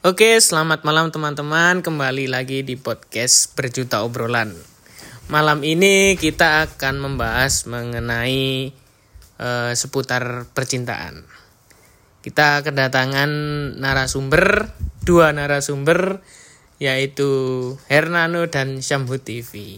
Oke, selamat malam teman-teman. Kembali lagi di podcast Berjuta Obrolan. Malam ini kita akan membahas mengenai seputar percintaan. Kita kedatangan dua narasumber, yaitu Hernano dan Syamhut TV.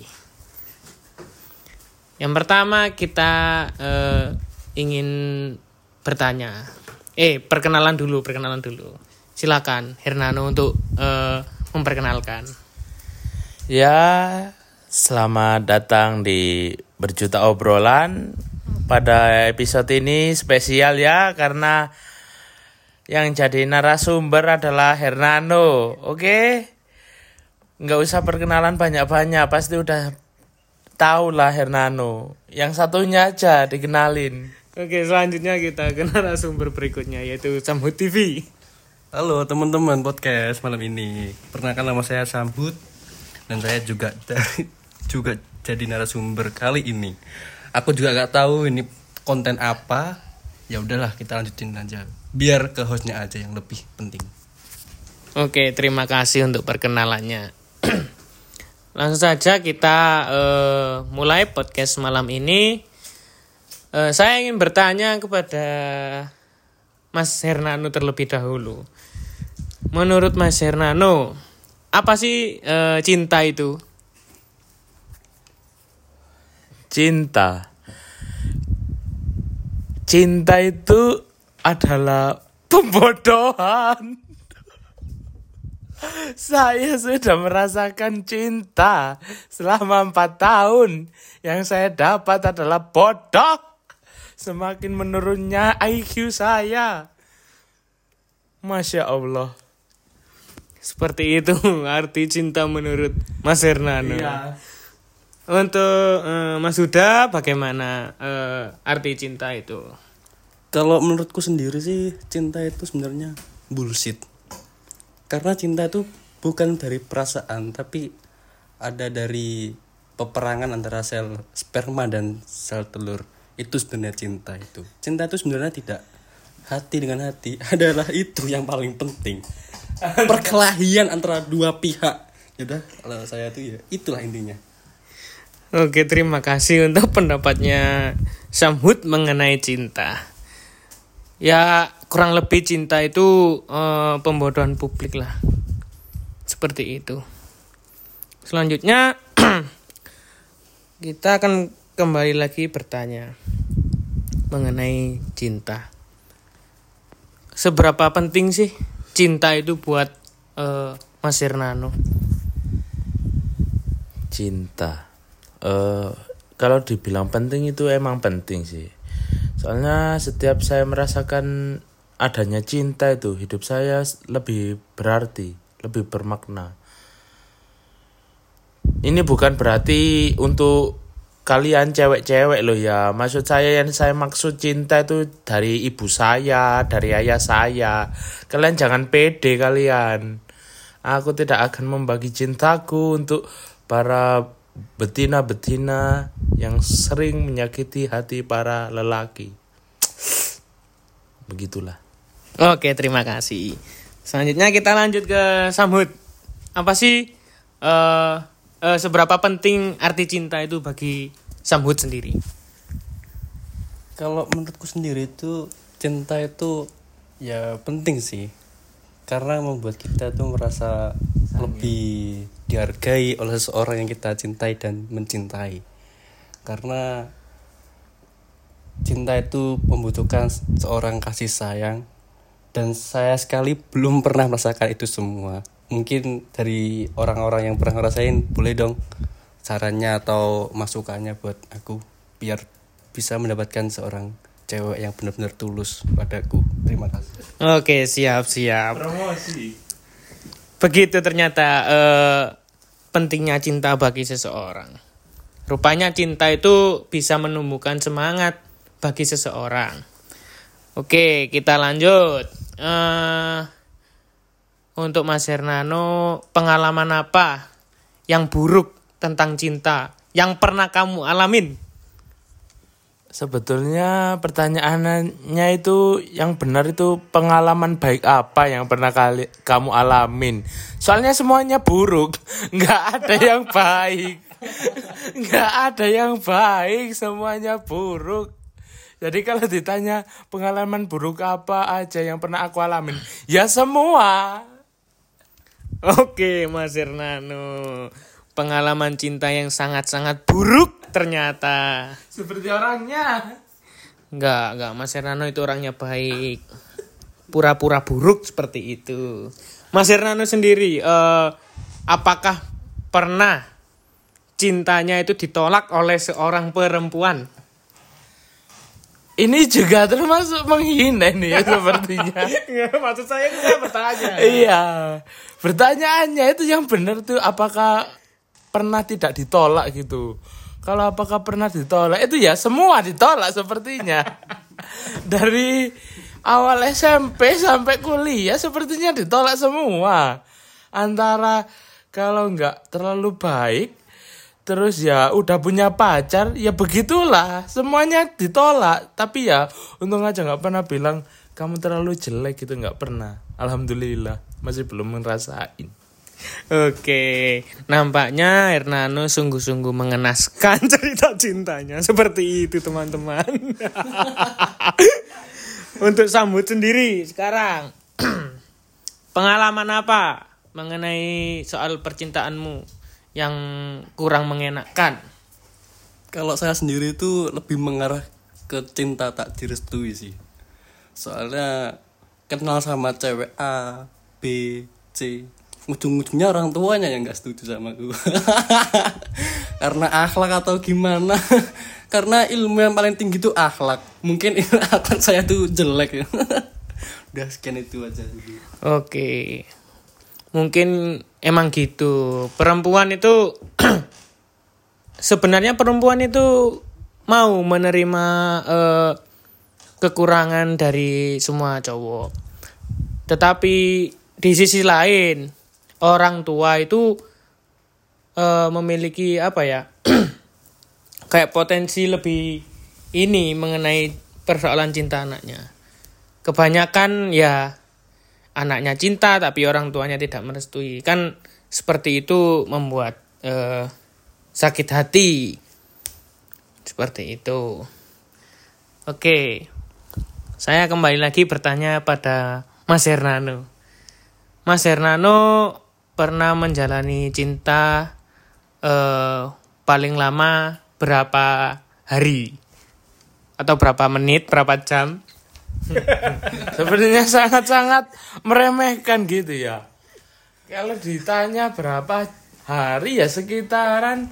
Yang pertama kita ingin bertanya. Perkenalan dulu. Silakan Hernano untuk memperkenalkan. Ya, selamat datang di Berjuta Obrolan. Pada episode ini spesial ya, karena yang jadi narasumber adalah Hernano. Oke? Nggak usah perkenalan banyak-banyak, pasti udah tahu lah Hernano. Yang satunya aja dikenalin. Oke, selanjutnya kita ke narasumber berikutnya, yaitu Syamhut TV. Halo teman-teman podcast malam ini. Perkenalkan, nama saya Syamhut dan saya juga jadi narasumber kali ini. Aku juga gak tahu ini konten apa. Ya udahlah, kita lanjutin aja. Biar ke hostnya aja yang lebih penting. Oke, terima kasih untuk perkenalannya. Langsung saja kita mulai podcast malam ini. Saya ingin bertanya kepada Mas Hernano terlebih dahulu. Menurut Mas Hernano, apa sih cinta itu? Cinta itu adalah pembodohan. Saya sudah merasakan cinta selama 4 tahun. Yang saya dapat adalah bodoh. Semakin menurunnya IQ saya. Masya Allah. Seperti itu arti cinta menurut Mas Hernano. Iya. Untuk Mas Huda, bagaimana arti cinta itu? Kalau menurutku sendiri sih, cinta itu sebenarnya bullshit. Karena cinta itu bukan dari perasaan, tapi ada dari peperangan antara sel sperma dan sel telur. Itu sebenarnya cinta itu. Cinta itu sebenarnya tidak hati dengan hati. Adalah itu yang paling penting. Perkelahian antara dua pihak. Yaudah, kalau saya tuh ya itulah intinya. Oke, terima kasih untuk pendapatnya Syamhut mengenai cinta. Ya, kurang lebih cinta itu pembodohan publik lah. Seperti itu. Selanjutnya kita akan kembali lagi bertanya mengenai cinta. Seberapa penting sih cinta itu buat Mas Hernano? Cinta kalau dibilang penting itu emang penting sih. Soalnya setiap saya merasakan adanya cinta itu, hidup saya lebih berarti, lebih bermakna. Ini bukan berarti untuk kalian cewek-cewek loh ya. Maksud saya, yang saya maksud cinta itu dari ibu saya, dari ayah saya. Kalian jangan pede kalian. Aku tidak akan membagi cintaku untuk para betina-betina yang sering menyakiti hati para lelaki. Begitulah. Oke, terima kasih. Selanjutnya kita lanjut ke Syamhut. Apa sih seberapa penting arti cinta itu bagi Syamhut sendiri? Kalau menurutku sendiri itu cinta itu ya penting sih. Karena membuat kita tuh merasa lebih dihargai oleh seseorang yang kita cintai dan mencintai. Karena cinta itu membutuhkan seorang kasih sayang. Dan saya sekali belum pernah merasakan itu semua. Mungkin dari orang-orang yang pernah ngerasain, boleh dong sarannya atau masukannya buat aku, biar bisa mendapatkan seorang cewek yang benar-benar tulus padaku. Terima kasih. Oke, siap. Promosi. Begitu ternyata pentingnya cinta bagi seseorang. Rupanya cinta itu bisa menumbuhkan semangat bagi seseorang. Oke, kita lanjut. Untuk Mas Hernano, pengalaman apa yang buruk tentang cinta yang pernah kamu alamin? Sebetulnya pertanyaannya itu yang benar itu pengalaman baik apa yang pernah kamu alamin. Soalnya semuanya buruk, nggak ada yang baik. Nggak ada yang baik, semuanya buruk. Jadi kalau ditanya pengalaman buruk apa aja yang pernah aku alamin, ya semua. Oke, Mas Hernano. Pengalaman cinta yang sangat-sangat buruk ternyata. Seperti orangnya. Enggak, Mas Hernano itu orangnya baik. Pura-pura buruk seperti itu. Mas Hernano sendiri, apakah pernah cintanya itu ditolak oleh seorang perempuan? Ini juga termasuk menghina nih ya sepertinya. Maksud saya itu saya bertanya. Iya. Pertanyaannya itu yang benar tuh apakah pernah tidak ditolak gitu. Kalau apakah pernah ditolak itu ya semua ditolak sepertinya. Dari awal SMP sampai kuliah sepertinya ditolak semua. Antara kalau nggak terlalu baik terus ya udah punya pacar ya begitulah semuanya ditolak. Tapi ya untung aja nggak pernah bilang kamu terlalu jelek gitu, nggak pernah. Alhamdulillah masih belum ngerasain. Oke, nampaknya Hernano sungguh-sungguh mengenaskan cerita cintanya. Seperti itu teman-teman. Untuk Sambut sendiri sekarang, pengalaman apa mengenai soal percintaanmu yang kurang mengenakan? Kalau saya sendiri itu lebih mengarah ke cinta tak direstui sih. Soalnya kenal sama cewek A, B, C, ujung-ujungnya orang tuanya yang gak setuju sama gue. Karena akhlak atau gimana. Karena ilmu yang paling tinggi itu akhlak. Mungkin akhlak saya tuh jelek. Udah sekian itu aja dulu. Oke, mungkin emang gitu. Perempuan itu sebenarnya perempuan itu mau menerima kekurangan dari semua cowok. Tetapi di sisi lain orang tua itu memiliki apa ya kayak potensi lebih ini mengenai persoalan cinta anaknya. Kebanyakan ya anaknya cinta tapi orang tuanya tidak merestui. Kan seperti itu membuat sakit hati. Seperti itu. Oke. Saya kembali lagi bertanya pada Mas Hernano. Mas Hernano pernah menjalani cinta paling lama berapa hari? Atau berapa menit, berapa jam? Sepertinya sangat-sangat meremehkan gitu ya. Kalau ditanya berapa hari ya sekitaran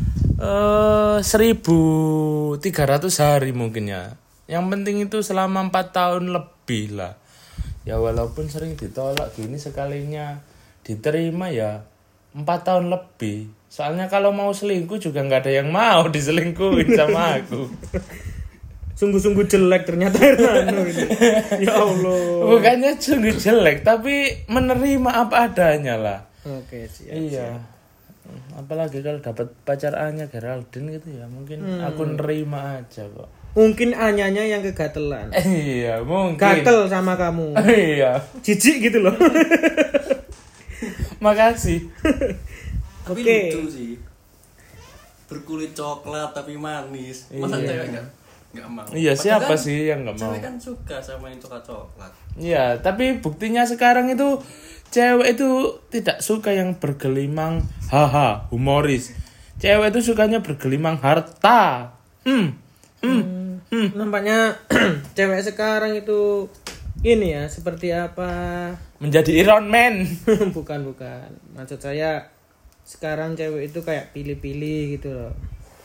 1.300 hari mungkin ya. Yang penting itu selama 4 tahun lebih lah. Ya walaupun sering ditolak gini sekalinya diterima ya 4 tahun lebih. Soalnya kalau mau selingkuh juga gak ada yang mau diselingkuhin sama aku. Sungguh-sungguh jelek ternyata Hernano ini. Ya Allah. Bukannya sungguh jelek tapi menerima apa adanya lah. Oke, siap. Iya. Apalagi kalau dapat pacar A-nya Geraldine gitu ya, mungkin aku nerima aja kok. Mungkin Anyanya yang kegatelan. Iya, mungkin. Gatel sama kamu. Iya. Jijik gitu loh. Makasih. Tapi Oke. lucu sih. Berkulit coklat tapi manis. Masa cewek nggak mau? Iya, siapa Padahal sih yang nggak mau? Cewek kan suka sama yang coklat-coklat. Iya, tapi buktinya sekarang itu cewek itu tidak suka yang bergelimang haha humoris. Cewek itu sukanya bergelimang harta. Nampaknya cewek sekarang itu ini ya, seperti apa? Menjadi Iron Man. bukan. Maksud saya sekarang cewek itu kayak pilih-pilih gitu loh.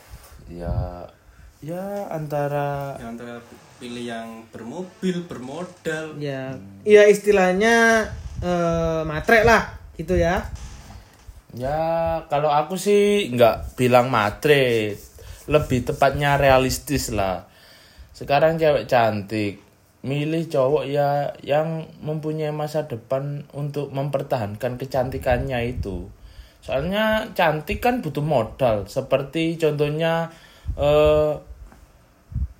Ya antara Yang antara pilih yang bermobil, bermodal. Ya, ya istilahnya matre lah gitu ya. ya kalau aku sih nggak bilang matre, lebih tepatnya realistis lah. Sekarang cewek cantik, milih cowok ya yang mempunyai masa depan untuk mempertahankan kecantikannya itu. Soalnya cantik kan butuh modal. Seperti contohnya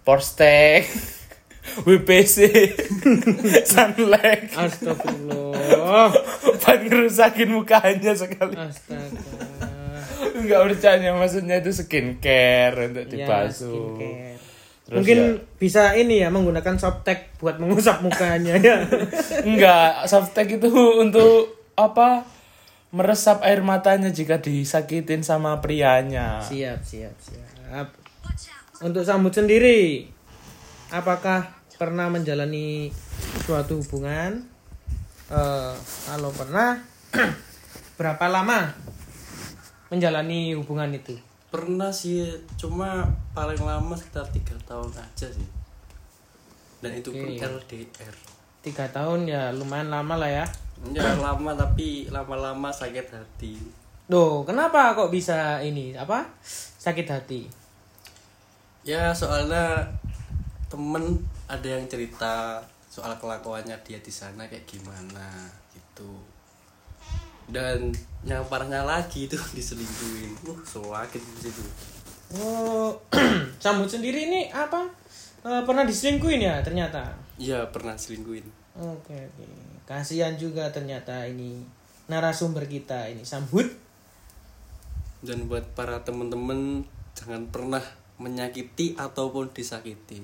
Porstek, WPC, Sunlight. Astagfirullah. Buat ngerusakin mukanya sekali. Astaga. Enggak bercanda, maksudnya itu skincare untuk Ya, dibasuh. skincare. Terus Mungkin ya, bisa ini ya menggunakan Softtek buat mengusap mukanya ya. enggak, Softtek itu untuk apa? Meresap air matanya jika disakitin sama prianya. Siap. Untuk Sambut sendiri, apakah pernah menjalani suatu hubungan? Kalau pernah, berapa lama menjalani hubungan itu? Pernah sih, cuma paling lama sekitar 3 tahun aja sih. Dan itu pun Oke. LDR. 3 tahun ya lumayan lama lah ya. Ya lama, tapi lama-lama sakit hati. Loh, kenapa kok bisa ini sakit hati? Ya soalnya temen ada yang cerita soal kelakuannya dia di sana kayak gimana gitu. Dan yang parahnya lagi itu diselingkuhin. Sakit di situ. Oh, Sambut sendiri ini pernah diselingkuhin ya ternyata? Iya, pernah selingkuhin. Oke. Kasihan juga ternyata ini narasumber kita ini Sambut. Dan buat para temen-temen, jangan pernah menyakiti ataupun disakiti.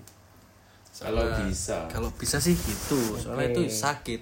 Kalau bisa sih gitu. Soalnya Oke. itu sakit.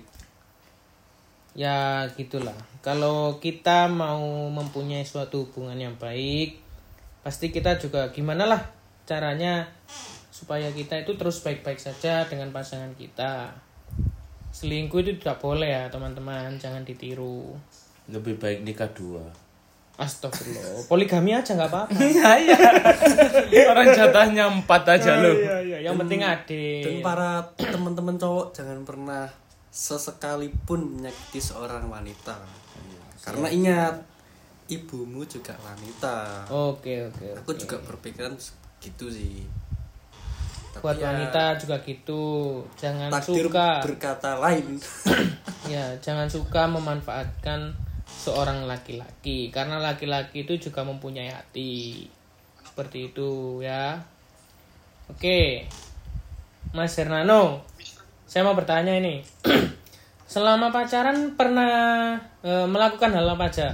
Ya gitulah. Kalau kita mau mempunyai suatu hubungan yang baik, pasti kita juga gimana lah caranya supaya kita itu terus baik-baik saja dengan pasangan kita. Selingkuh itu tidak boleh ya teman-teman, jangan ditiru. Lebih baik nikah 2. Astagfirullah, poligami aja nggak apa-apa. Iya. Orang jatahnya 4 aja loh. Iya. Yang penting Dan adil. para teman-teman cowok jangan pernah sesekalipun menyakiti seorang wanita. Karena ingat, ibumu juga wanita. Oke. Aku juga berpikiran gitu sih. Tapi Buat ya, wanita juga gitu, jangan takdir suka. berkata lain. Ya, jangan suka memanfaatkan seorang laki-laki karena laki-laki itu juga mempunyai hati. Seperti itu ya. Oke. Mas Hernano, saya mau bertanya ini. Selama pacaran pernah melakukan hal apa aja?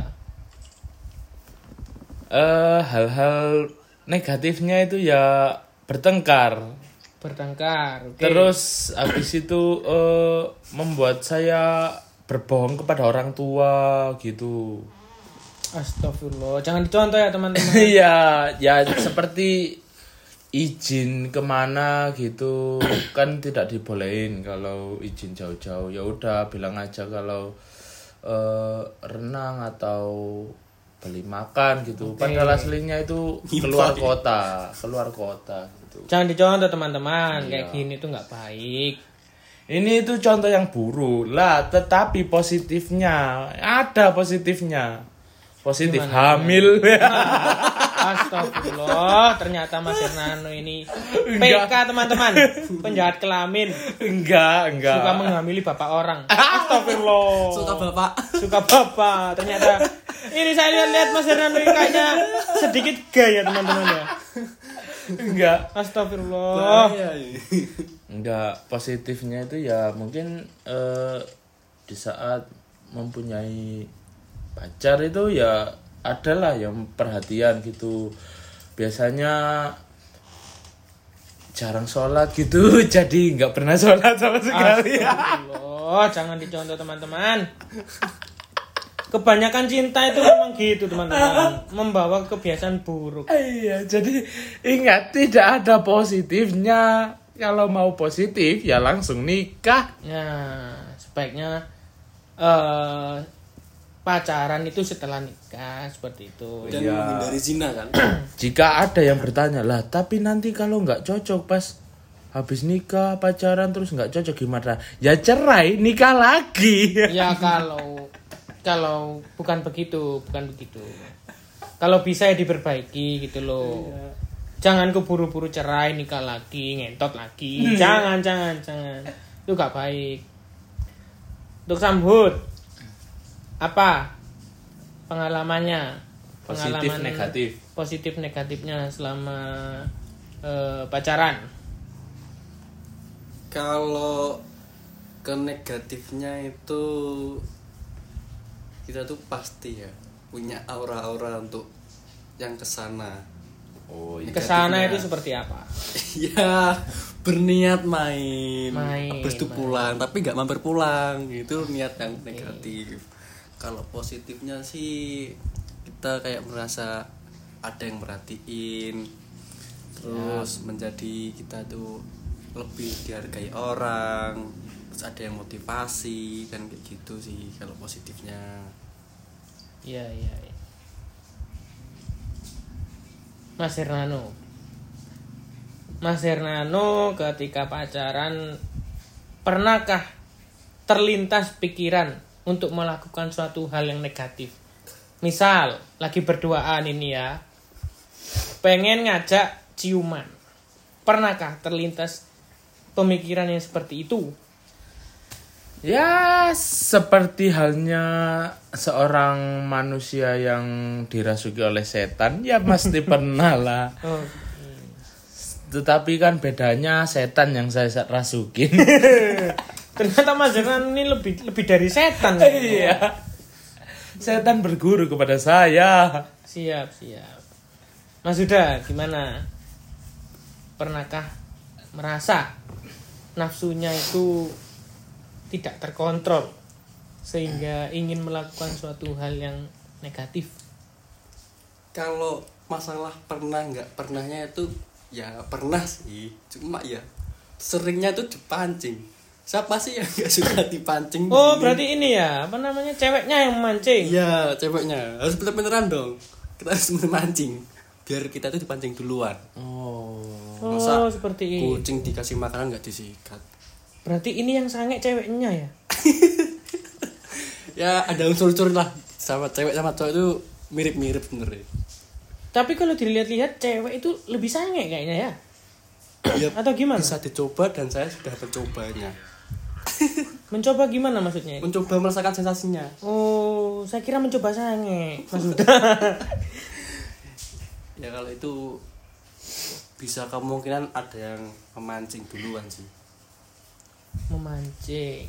Hal-hal negatifnya itu ya bertengkar. Oke. Terus habis itu membuat saya berbohong kepada orang tua gitu. Astagfirullah, jangan dicontoh ya teman-teman. Iya, ya seperti izin kemana gitu kan tidak dibolehin kalau izin jauh-jauh. Ya udah bilang aja kalau renang atau beli makan gitu. Padahal aslinya itu keluar kota gitu. Jangan dicontoh teman-teman, Iya. kayak gini tuh nggak baik. Ini itu contoh yang buruk lah, tetapi positifnya ada positifnya. Positif Gimana? hamil. Astagfirullah, ternyata Mas Hernano ini Enggak. PK teman-teman, penjahat kelamin, enggak. suka menghamili bapak orang. Astagfirullah. Suka bapak. Suka bapak. Ternyata ini saya lihat Mas Hernano ini kayaknya sedikit gaya teman-teman ya. Enggak. Astagfirullah. Bahaya ini. Enggak, positifnya itu ya mungkin di saat mempunyai pacar itu ya adalah yang perhatian gitu. Biasanya jarang sholat gitu, jadi nggak pernah sholat sama sekali. Astagfirullah, jangan dicontoh teman-teman. Kebanyakan cinta itu memang gitu teman-teman, membawa kebiasaan buruk. Iya, jadi ingat tidak ada positifnya. Kalau mau positif ya langsung nikah. Nah, sebaiknya pacaran itu setelah nikah seperti itu. Dan Iya. menghindari zina kan. Jika ada yang bertanya lah, tapi nanti kalau nggak cocok pas habis nikah pacaran terus nggak cocok gimana? Ya cerai, nikah lagi. Ya kalau bukan begitu. Kalau bisa ya diperbaiki gitu loh. Jangan keburu-buru cerai, nikah lagi, ngentot lagi. Jangan. Itu gak baik. Untuk Sambut, apa pengalamannya? Positif, negatif. Positif negatifnya selama pacaran. Kalau ke negatifnya itu kita tuh pasti ya punya aura-aura untuk yang kesana. Oh iya. Kesana itu seperti apa? Ya berniat main, Main, habis itu pulang, tapi nggak mampir pulang, itu niat yang negatif. Kalau positifnya sih kita kayak merasa ada yang merhatiin, terus menjadi kita tuh lebih dihargai orang, terus ada yang motivasi kan kayak gitu sih kalau positifnya. Iya, iya, iya. Mas Hernano. Mas Hernano ketika pacaran pernahkah terlintas pikiran untuk melakukan suatu hal yang negatif? Misal lagi berduaan ini ya, pengen ngajak ciuman. Pernahkah terlintas pemikiran yang seperti itu? Ya seperti halnya seorang manusia yang dirasuki oleh setan, ya pasti pernah lah. Oh. Tetapi kan bedanya setan yang saya rasukin. Ternyata Mas Hernano ini lebih dari setan. Iya. Setan berguru kepada saya. Siap. Mas Huda, gimana? Pernahkah merasa nafsunya itu tidak terkontrol sehingga ingin melakukan suatu hal yang negatif? Kalau masalah pernah nggak pernahnya itu ya pernah sih, cuma ya seringnya tuh dipancing. Siapa sih yang nggak suka dipancing? Oh, berarti ini ya, apa namanya, ceweknya yang memancing? Iya, ceweknya harus bener-beneran dong. Kita harus memancing biar kita tuh dipancing duluan. Oh. Oh, seperti ini. Kucing dikasih makanan nggak disikat. Berarti ini yang sange ceweknya ya? Ya ada unsur-unsur lah, sama cewek sama cowok itu mirip-mirip sebenarnya. Tapi kalau dilihat-lihat cewek itu lebih sange kayaknya ya? Ya, Atau gimana? bisa dicoba dan saya sudah mencobanya. Mencoba gimana maksudnya? Mencoba merasakan sensasinya. Oh, saya kira mencoba sange. Mas Huda. Ya kalau itu bisa kemungkinan ada yang memancing duluan sih. Memancing.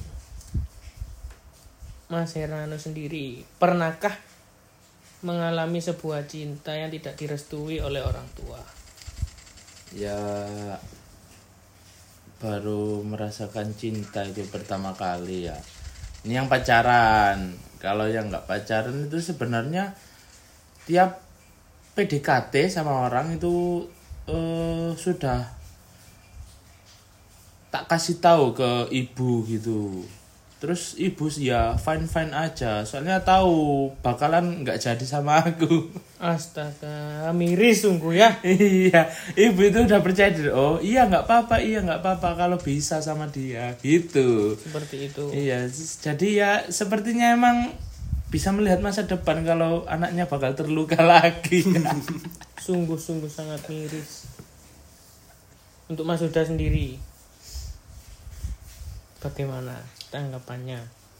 Mas Hernano sendiri pernahkah mengalami sebuah cinta yang tidak direstui oleh orang tua? Ya baru merasakan cinta itu pertama kali ya. Ini yang pacaran. Kalau yang nggak pacaran itu sebenarnya tiap PDKT sama orang itu sudah tak kasih tahu ke ibu gitu. Terus ibu ya fine aja, soalnya tahu bakalan nggak jadi sama aku. Astaga, miris sungguh ya. Iya, ibu itu udah percaya diri. Oh iya nggak apa-apa kalau bisa sama dia gitu. Seperti itu. Iya, jadi ya sepertinya emang bisa melihat masa depan kalau anaknya bakal terluka lagi. Sungguh sangat miris. Untuk Mas Huda sendiri, bagaimana tanggapannya?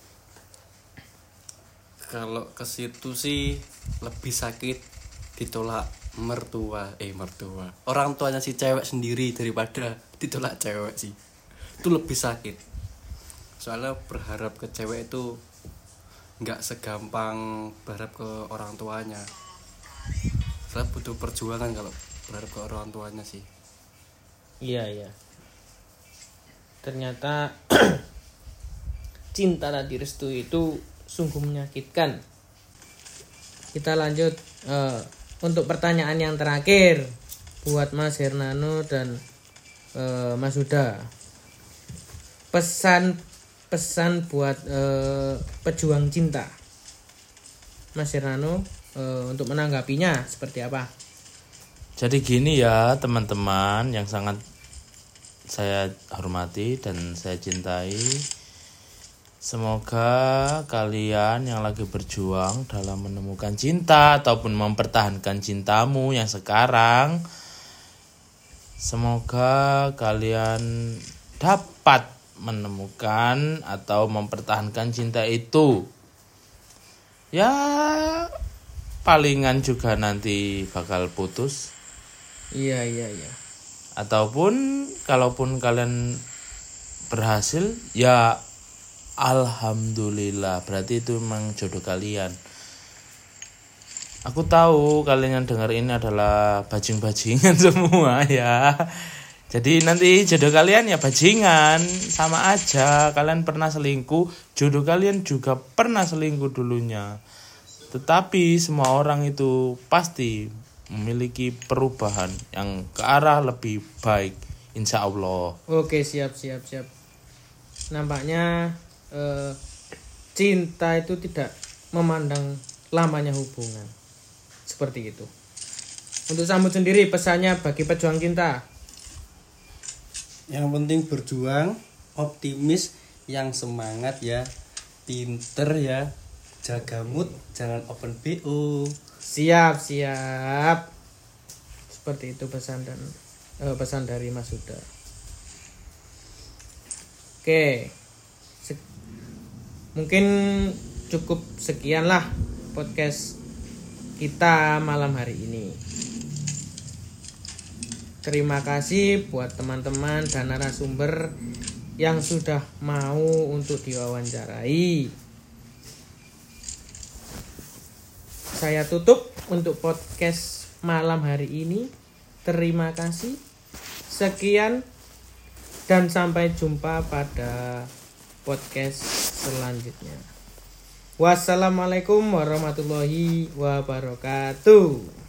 Kalau ke situ sih lebih sakit ditolak mertua. Orang tuanya si cewek sendiri daripada ditolak cewek sih. Itu lebih sakit. Soalnya berharap ke cewek itu nggak segampang berharap ke orang tuanya. Soalnya butuh perjuangan kalau berharap ke orang tuanya sih. Iya. Ternyata cinta tak direstui itu sungguh menyakitkan. Kita lanjut untuk pertanyaan yang terakhir buat Mas Hernano dan Mas Huda. Pesan buat pejuang cinta. Mas Hernano untuk menanggapinya seperti apa? Jadi gini ya teman-teman yang sangat saya hormati dan saya cintai. Semoga kalian yang lagi berjuang dalam menemukan cinta ataupun mempertahankan cintamu yang sekarang, semoga kalian dapat menemukan atau mempertahankan cinta itu. Ya palingan juga nanti bakal putus. Iya. Ataupun kalaupun kalian berhasil ya alhamdulillah, berarti itu memang jodoh kalian. Aku tahu kalian yang dengar ini adalah bajing-bajingan semua ya. Jadi nanti jodoh kalian ya bajingan, sama aja. Kalian pernah selingkuh, jodoh kalian juga pernah selingkuh dulunya. Tetapi semua orang itu pasti memiliki perubahan yang ke arah lebih baik, insya Allah. Oke, siap. Nampaknya cinta itu tidak memandang lamanya hubungan. Seperti itu. Untuk Samud sendiri pesannya bagi pejuang cinta. Yang penting berjuang, optimis, yang semangat ya, pinter ya, jaga mood, jangan open BO. Siap. Seperti itu pesan dari Mas Huda. Oke. Mungkin cukup sekian lah podcast kita malam hari ini. Terima kasih buat teman-teman dan narasumber yang sudah mau untuk diwawancarai. Saya tutup untuk podcast malam hari ini. Terima kasih. Sekian dan sampai jumpa pada podcast selanjutnya. Wassalamualaikum warahmatullahi wabarakatuh.